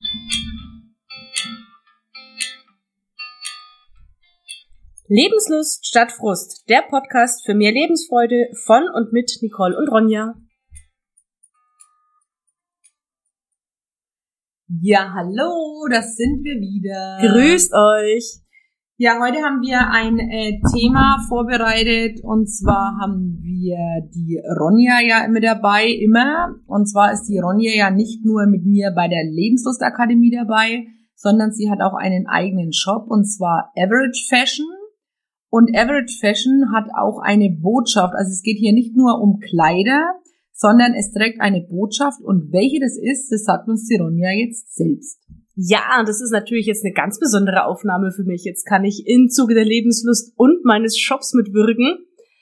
Lebenslust statt Frust, der Podcast für mehr Lebensfreude von und mit Nicole und Ronja. Ja, hallo, das sind wir wieder. Grüßt euch. Ja, heute haben wir ein Thema vorbereitet und zwar haben wir die Ronja ja mit dabei, immer. Und zwar ist die Ronja ja nicht nur mit mir bei der Lebenslustakademie dabei, sondern sie hat auch einen eigenen Shop und zwar Average Fashion. Und Average Fashion hat auch eine Botschaft, also es geht hier nicht nur um Kleider, sondern es trägt eine Botschaft und welche das ist, das sagt uns die Ronja jetzt selbst. Ja, das ist natürlich jetzt eine ganz besondere Aufnahme für mich. Jetzt kann ich im Zuge der Lebenslust und meines Shops mitwirken.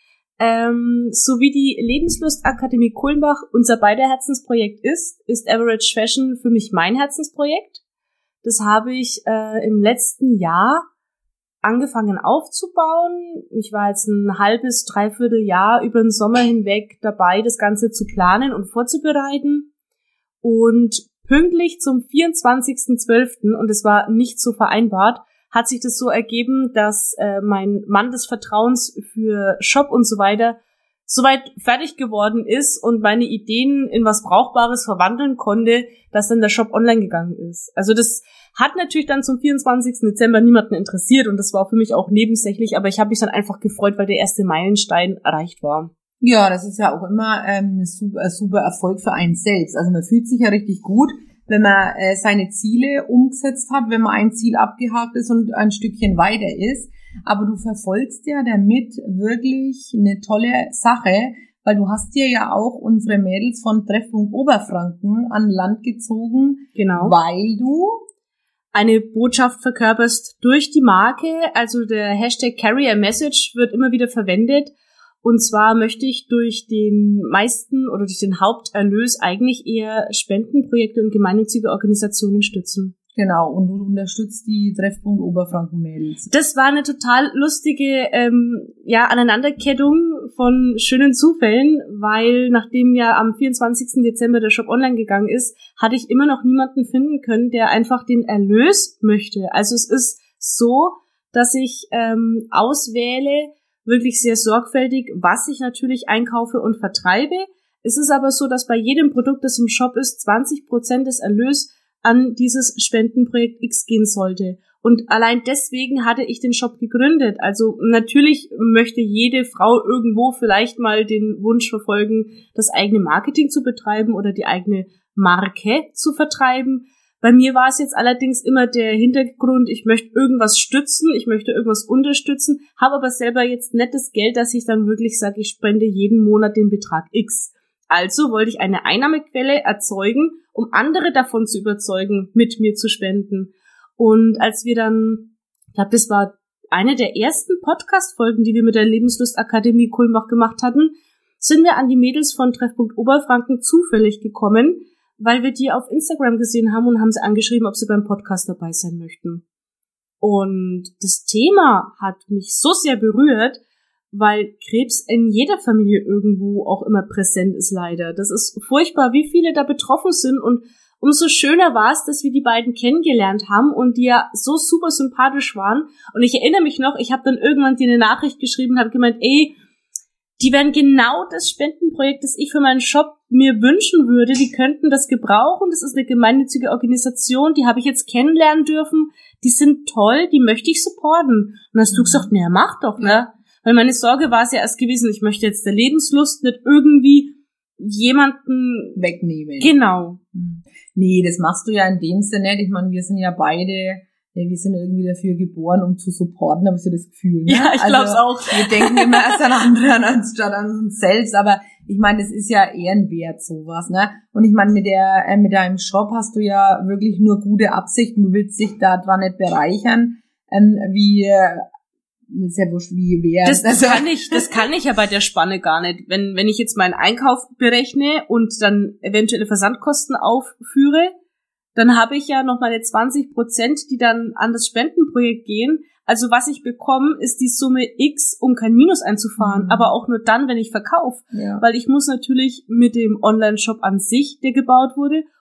So wie die Lebenslustakademie Kulmbach unser beider Herzensprojekt ist Average Fashion für mich mein Herzensprojekt. Das habe ich im letzten Jahr angefangen aufzubauen. Ich war jetzt ein halbes, dreiviertel Jahr über den Sommer hinweg dabei, das Ganze zu planen und vorzubereiten. Und pünktlich zum 24.12., und es war nicht so vereinbart, hat sich das so ergeben, dass mein Mann des Vertrauens für Shop und so weiter soweit fertig geworden ist und meine Ideen in was Brauchbares verwandeln konnte, dass dann der Shop online gegangen ist. Also das hat natürlich dann zum 24. Dezember niemanden interessiert und das war für mich auch nebensächlich, aber ich habe mich dann einfach gefreut, weil der erste Meilenstein erreicht war. Ja, das ist ja auch immer ein super Erfolg für einen selbst. Also man fühlt sich ja richtig gut, wenn man seine Ziele umgesetzt hat, wenn man ein Ziel abgehakt ist und ein Stückchen weiter ist. Aber du verfolgst ja damit wirklich eine tolle Sache, weil du hast dir ja auch unsere Mädels von Treffpunkt Oberfranken an Land gezogen, Genau. Weil du eine Botschaft verkörperst durch die Marke, also der Hashtag Carry a Message wird immer wieder verwendet. Und zwar möchte ich durch den meisten oder durch den Haupterlös eigentlich eher Spendenprojekte und gemeinnützige Organisationen stützen. Genau, und du unterstützt die Treffpunkt Oberfranken-Mädels. Das war eine total lustige Aneinanderkettung von schönen Zufällen, weil nachdem ja am 24. Dezember der Shop online gegangen ist, hatte ich immer noch niemanden finden können, der einfach den Erlös möchte. Also es ist so, dass ich auswähle, wirklich sehr sorgfältig, was ich natürlich einkaufe und vertreibe. Es ist aber so, dass bei jedem Produkt, das im Shop ist, 20% des Erlös an dieses Spendenprojekt X gehen sollte. Und allein deswegen hatte ich den Shop gegründet. Also natürlich möchte jede Frau irgendwo vielleicht mal den Wunsch verfolgen, das eigene Marketing zu betreiben oder die eigene Marke zu vertreiben. Bei mir war es jetzt allerdings immer der Hintergrund, ich möchte irgendwas stützen, ich möchte irgendwas unterstützen, habe aber selber jetzt nicht das Geld, dass ich dann wirklich sage, ich spende jeden Monat den Betrag X. Also wollte ich eine Einnahmequelle erzeugen, um andere davon zu überzeugen, mit mir zu spenden. Und als wir dann, ich glaube, das war eine der ersten Podcast-Folgen, die wir mit der Lebenslustakademie Kulmbach gemacht hatten, sind wir an die Mädels von Treffpunkt Oberfranken zufällig gekommen, weil wir die auf Instagram gesehen haben und haben sie angeschrieben, ob sie beim Podcast dabei sein möchten. Und das Thema hat mich so sehr berührt, weil Krebs in jeder Familie irgendwo auch immer präsent ist, leider. Das ist furchtbar, wie viele da betroffen sind und umso schöner war es, dass wir die beiden kennengelernt haben und die ja so super sympathisch waren. Und ich erinnere mich noch, ich habe dann irgendwann dir eine Nachricht geschrieben und habe gemeint, die wären genau das Spendenprojekt, das ich für meinen Shop mir wünschen würde. Die könnten das gebrauchen. Das ist eine gemeinnützige Organisation, die habe ich jetzt kennenlernen dürfen. Die sind toll, die möchte ich supporten. Und dann hast du gesagt, naja, mach doch, ne? Weil meine Sorge war es ja erst gewesen, ich möchte jetzt der Lebenslust nicht irgendwie jemanden wegnehmen. Genau. Nee, das machst du ja in dem Sinne nicht. Ich meine, wir sind ja beide, wir sind irgendwie dafür geboren, um zu supporten, habe ich so das Gefühl. Ne? Ja, ich glaub's auch. Wir denken immer erst an andere anstatt an uns selbst, aber ich meine, das ist ja ehrenwert, sowas, ne? Und ich meine, mit deinem Shop hast du ja wirklich nur gute Absichten, du willst dich da dran nicht bereichern, ist ja wurscht, wie wer. Das kann ich ja bei der Spanne gar nicht. Wenn ich jetzt meinen Einkauf berechne und dann eventuelle Versandkosten aufführe, dann habe ich ja noch meine 20%, die dann an das Spendenprojekt gehen. Also was ich bekomme, ist die Summe X, um kein Minus einzufahren, aber auch nur dann, wenn ich verkaufe. Ja. Weil ich muss natürlich mit dem Online-Shop an sich, der gebaut wurde,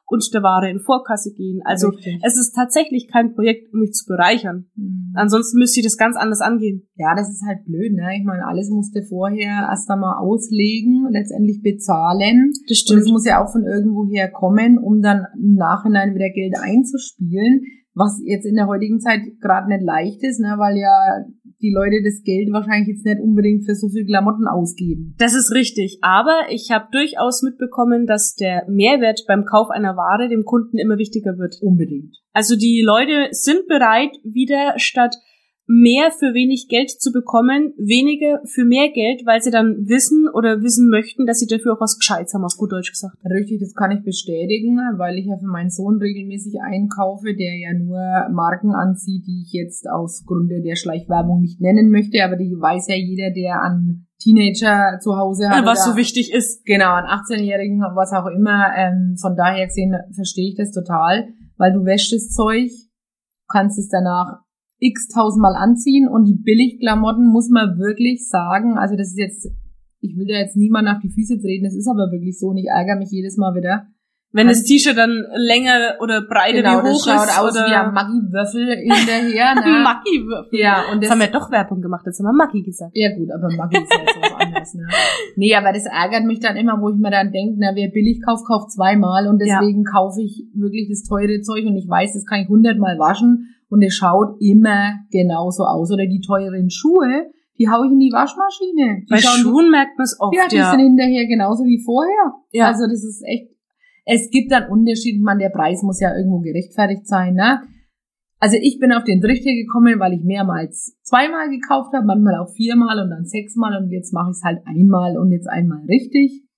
und der Ware in Vorkasse gehen. Also es ist tatsächlich kein Projekt, um mich zu bereichern. Ansonsten müsste ich das ganz anders angehen. Ja, das ist halt blöd, ne? Ich meine, alles musste vorher erst einmal auslegen, letztendlich bezahlen. Das stimmt. Und es muss ja auch von irgendwoher kommen, um dann im Nachhinein wieder Geld einzuspielen, was jetzt in der heutigen Zeit gerade nicht leicht ist, ne? Weil ja die Leute das Geld wahrscheinlich jetzt nicht unbedingt für so viel Klamotten ausgeben. Das ist richtig, aber ich habe durchaus mitbekommen, dass der Mehrwert beim Kauf einer Ware dem Kunden immer wichtiger wird. Unbedingt. Also die Leute sind bereit, wieder statt mehr für wenig Geld zu bekommen, weniger für mehr Geld, weil sie dann wissen oder wissen möchten, dass sie dafür auch was Gescheites haben, auf gut Deutsch gesagt. Richtig, das kann ich bestätigen, weil ich ja für meinen Sohn regelmäßig einkaufe, der ja nur Marken anzieht, die ich jetzt aus Grunde der Schleichwerbung nicht nennen möchte, aber die weiß ja jeder, der an Teenager zu Hause hat. Was so wichtig ist. Genau, an 18-Jährigen, was auch immer. Von daher gesehen verstehe ich das total, weil du wäschst das Zeug, kannst es danach x-tausendmal anziehen und die Billigklamotten muss man wirklich sagen, also das ist jetzt, ich will da jetzt niemand auf die Füße treten, das ist aber wirklich so und ich ärgere mich jedes Mal wieder. Wenn das T-Shirt dann länger oder breiter genau, wie hoch ist. Genau, das schaut aus oder wie ein Maggi-Würfel hinterher. Ne? Maggi-Würfel. Ja, und das haben wir doch Werbung gemacht, jetzt haben wir Maggi gesagt. Ja gut, aber Maggi ist ja jetzt was anderes. Ne? Nee, aber das ärgert mich dann immer, wo ich mir dann denke, na, wer billig kauft, kauft zweimal und deswegen kaufe ich wirklich das teure Zeug und ich weiß, das kann ich 100-mal waschen und es schaut immer genauso aus. Oder die teuren Schuhe, die hau ich in die Waschmaschine. Bei Schuhen merkt man es oft, ja. Die sind hinterher genauso wie vorher. Ja. Also das ist echt, es gibt dann Unterschied, ich meine, der Preis muss ja irgendwo gerechtfertigt sein, ne? Also ich bin auf den Trichter gekommen, weil ich mehrmals zweimal gekauft habe, manchmal auch 4-mal und dann 6-mal und jetzt mache ich es halt einmal und jetzt einmal richtig.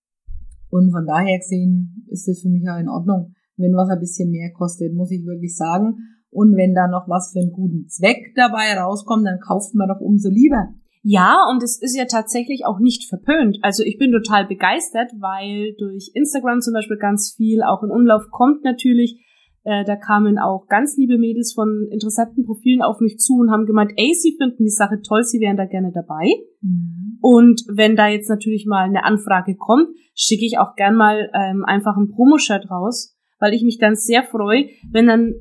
Und von daher gesehen ist das für mich ja in Ordnung, wenn was ein bisschen mehr kostet, muss ich wirklich sagen. Und wenn da noch was für einen guten Zweck dabei rauskommt, dann kauft man doch umso lieber. Ja, und es ist ja tatsächlich auch nicht verpönt. Also ich bin total begeistert, weil durch Instagram zum Beispiel ganz viel auch in Umlauf kommt natürlich. Da kamen auch ganz liebe Mädels von interessanten Profilen auf mich zu und haben gemeint, ey, sie finden die Sache toll, sie wären da gerne dabei. Mhm. Und wenn da jetzt natürlich mal eine Anfrage kommt, schicke ich auch gern mal einfach ein Promo-Shirt raus, weil ich mich dann sehr freue, wenn dann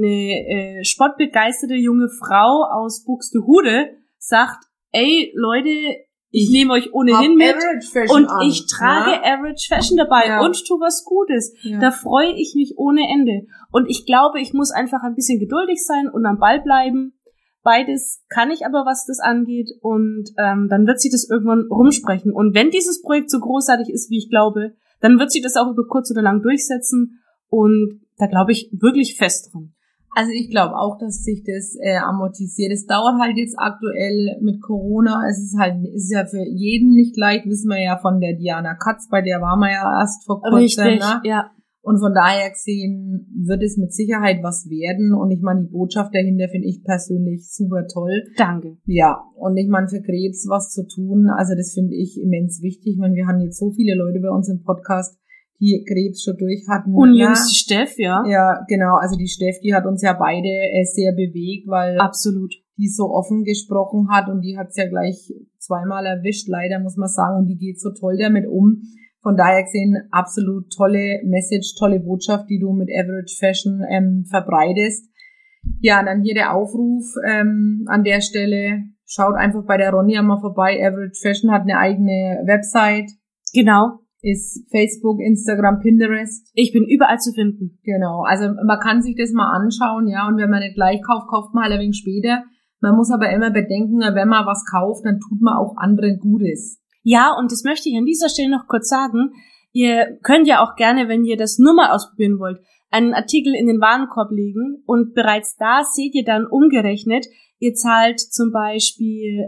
eine sportbegeisterte junge Frau aus Buxtehude sagt, ey, Leute, ich nehme euch ohnehin mit und ich trage Average Fashion dabei und tu was Gutes. Ja. Da freue ich mich ohne Ende. Und ich glaube, ich muss einfach ein bisschen geduldig sein und am Ball bleiben. Beides kann ich aber, was das angeht. Und dann wird sich das irgendwann rumsprechen. Und wenn dieses Projekt so großartig ist, wie ich glaube, dann wird sich das auch über kurz oder lang durchsetzen. Und da glaube ich wirklich fest dran. Also ich glaube auch, dass sich das amortisiert. Es dauert halt jetzt aktuell mit Corona. Es ist ja für jeden nicht leicht, wissen wir ja von der Diana Katz, bei der waren wir ja erst vor kurzem. Richtig, ne? Ja. Und von daher gesehen wird es mit Sicherheit was werden. Und ich meine, die Botschaft dahinter finde ich persönlich super toll. Danke. Ja, und ich meine, für Krebs was zu tun, also das finde ich immens wichtig. Ich meine, wir haben jetzt so viele Leute bei uns im Podcast, die Krebs schon durch hatten. Und jüngst die Steff, ja. Ja, genau. Also die Steff, die hat uns ja beide sehr bewegt, weil absolut die so offen gesprochen hat und die hat's ja gleich zweimal erwischt, leider muss man sagen. Und die geht so toll damit um. Von daher gesehen, absolut tolle Message, tolle Botschaft, die du mit Average Fashion verbreitest. Ja, dann hier der Aufruf an der Stelle. Schaut einfach bei der Ronja mal vorbei. Average Fashion hat eine eigene Website. Genau. Ist Facebook, Instagram, Pinterest. Ich bin überall zu finden. Genau, also man kann sich das mal anschauen, ja, und wenn man nicht gleich kauft, kauft man halt ein wenig später. Man muss aber immer bedenken, wenn man was kauft, dann tut man auch anderen Gutes. Ja, und das möchte ich an dieser Stelle noch kurz sagen. Ihr könnt ja auch gerne, wenn ihr das nur mal ausprobieren wollt, einen Artikel in den Warenkorb legen und bereits da seht ihr dann umgerechnet, ihr zahlt zum Beispiel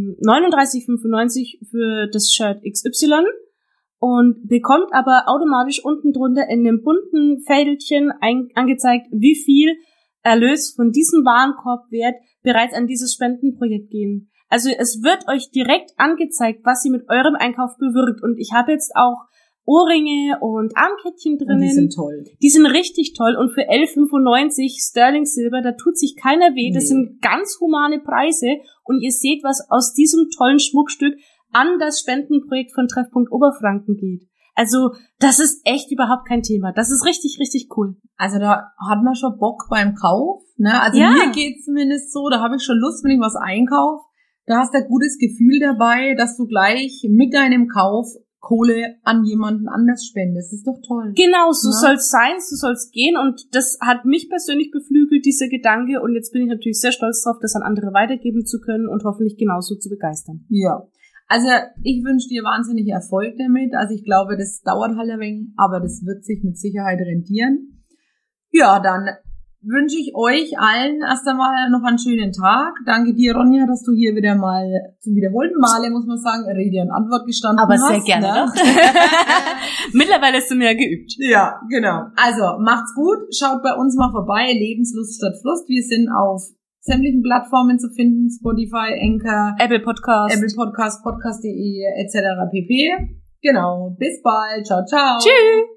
39,95 für das Shirt XY und bekommt aber automatisch unten drunter in einem bunten Fältchen angezeigt, wie viel Erlös von diesem Warenkorbwert bereits an dieses Spendenprojekt gehen. Also es wird euch direkt angezeigt, was ihr mit eurem Einkauf bewirkt. Und ich habe jetzt auch Ohrringe und Armkettchen drinnen. Und die sind toll. Die sind richtig toll. Und für 11,95 Sterling Silber, da tut sich keiner weh. Das sind ganz humane Preise. Und ihr seht, was aus diesem tollen Schmuckstück an das Spendenprojekt von Treffpunkt Oberfranken geht. Also das ist echt überhaupt kein Thema. Das ist richtig, richtig cool. Also da hat man schon Bock beim Kauf, ne? Also Ja. mir geht's zumindest so, da habe ich schon Lust, wenn ich was einkaufe. Da hast du ein gutes Gefühl dabei, dass du gleich mit deinem Kauf Kohle an jemanden anders spendest. Das ist doch toll. Genau, so Ja. soll's sein, so soll's gehen und das hat mich persönlich beflügelt, dieser Gedanke, und jetzt bin ich natürlich sehr stolz drauf, das an andere weitergeben zu können und hoffentlich genauso zu begeistern. Ja. Also ich wünsche dir wahnsinnig Erfolg damit. Also ich glaube, das dauert halt ein wenig, aber das wird sich mit Sicherheit rentieren. Ja, dann wünsche ich euch allen erst einmal noch einen schönen Tag. Danke dir, Ronja, dass du hier wieder mal zum wiederholten Male, muss man sagen, Rede und Antwort gestanden Aber hast. sehr gerne Ne? doch. Mittlerweile ist du mir geübt. Ja, genau. Also, macht's gut. Schaut bei uns mal vorbei. Lebenslust statt Frust. Wir sind auf sämtlichen Plattformen zu finden. Spotify, Anchor, Apple Podcast. Podcast.de etc. pp. Genau. Bis bald. Ciao, ciao. Tschüss.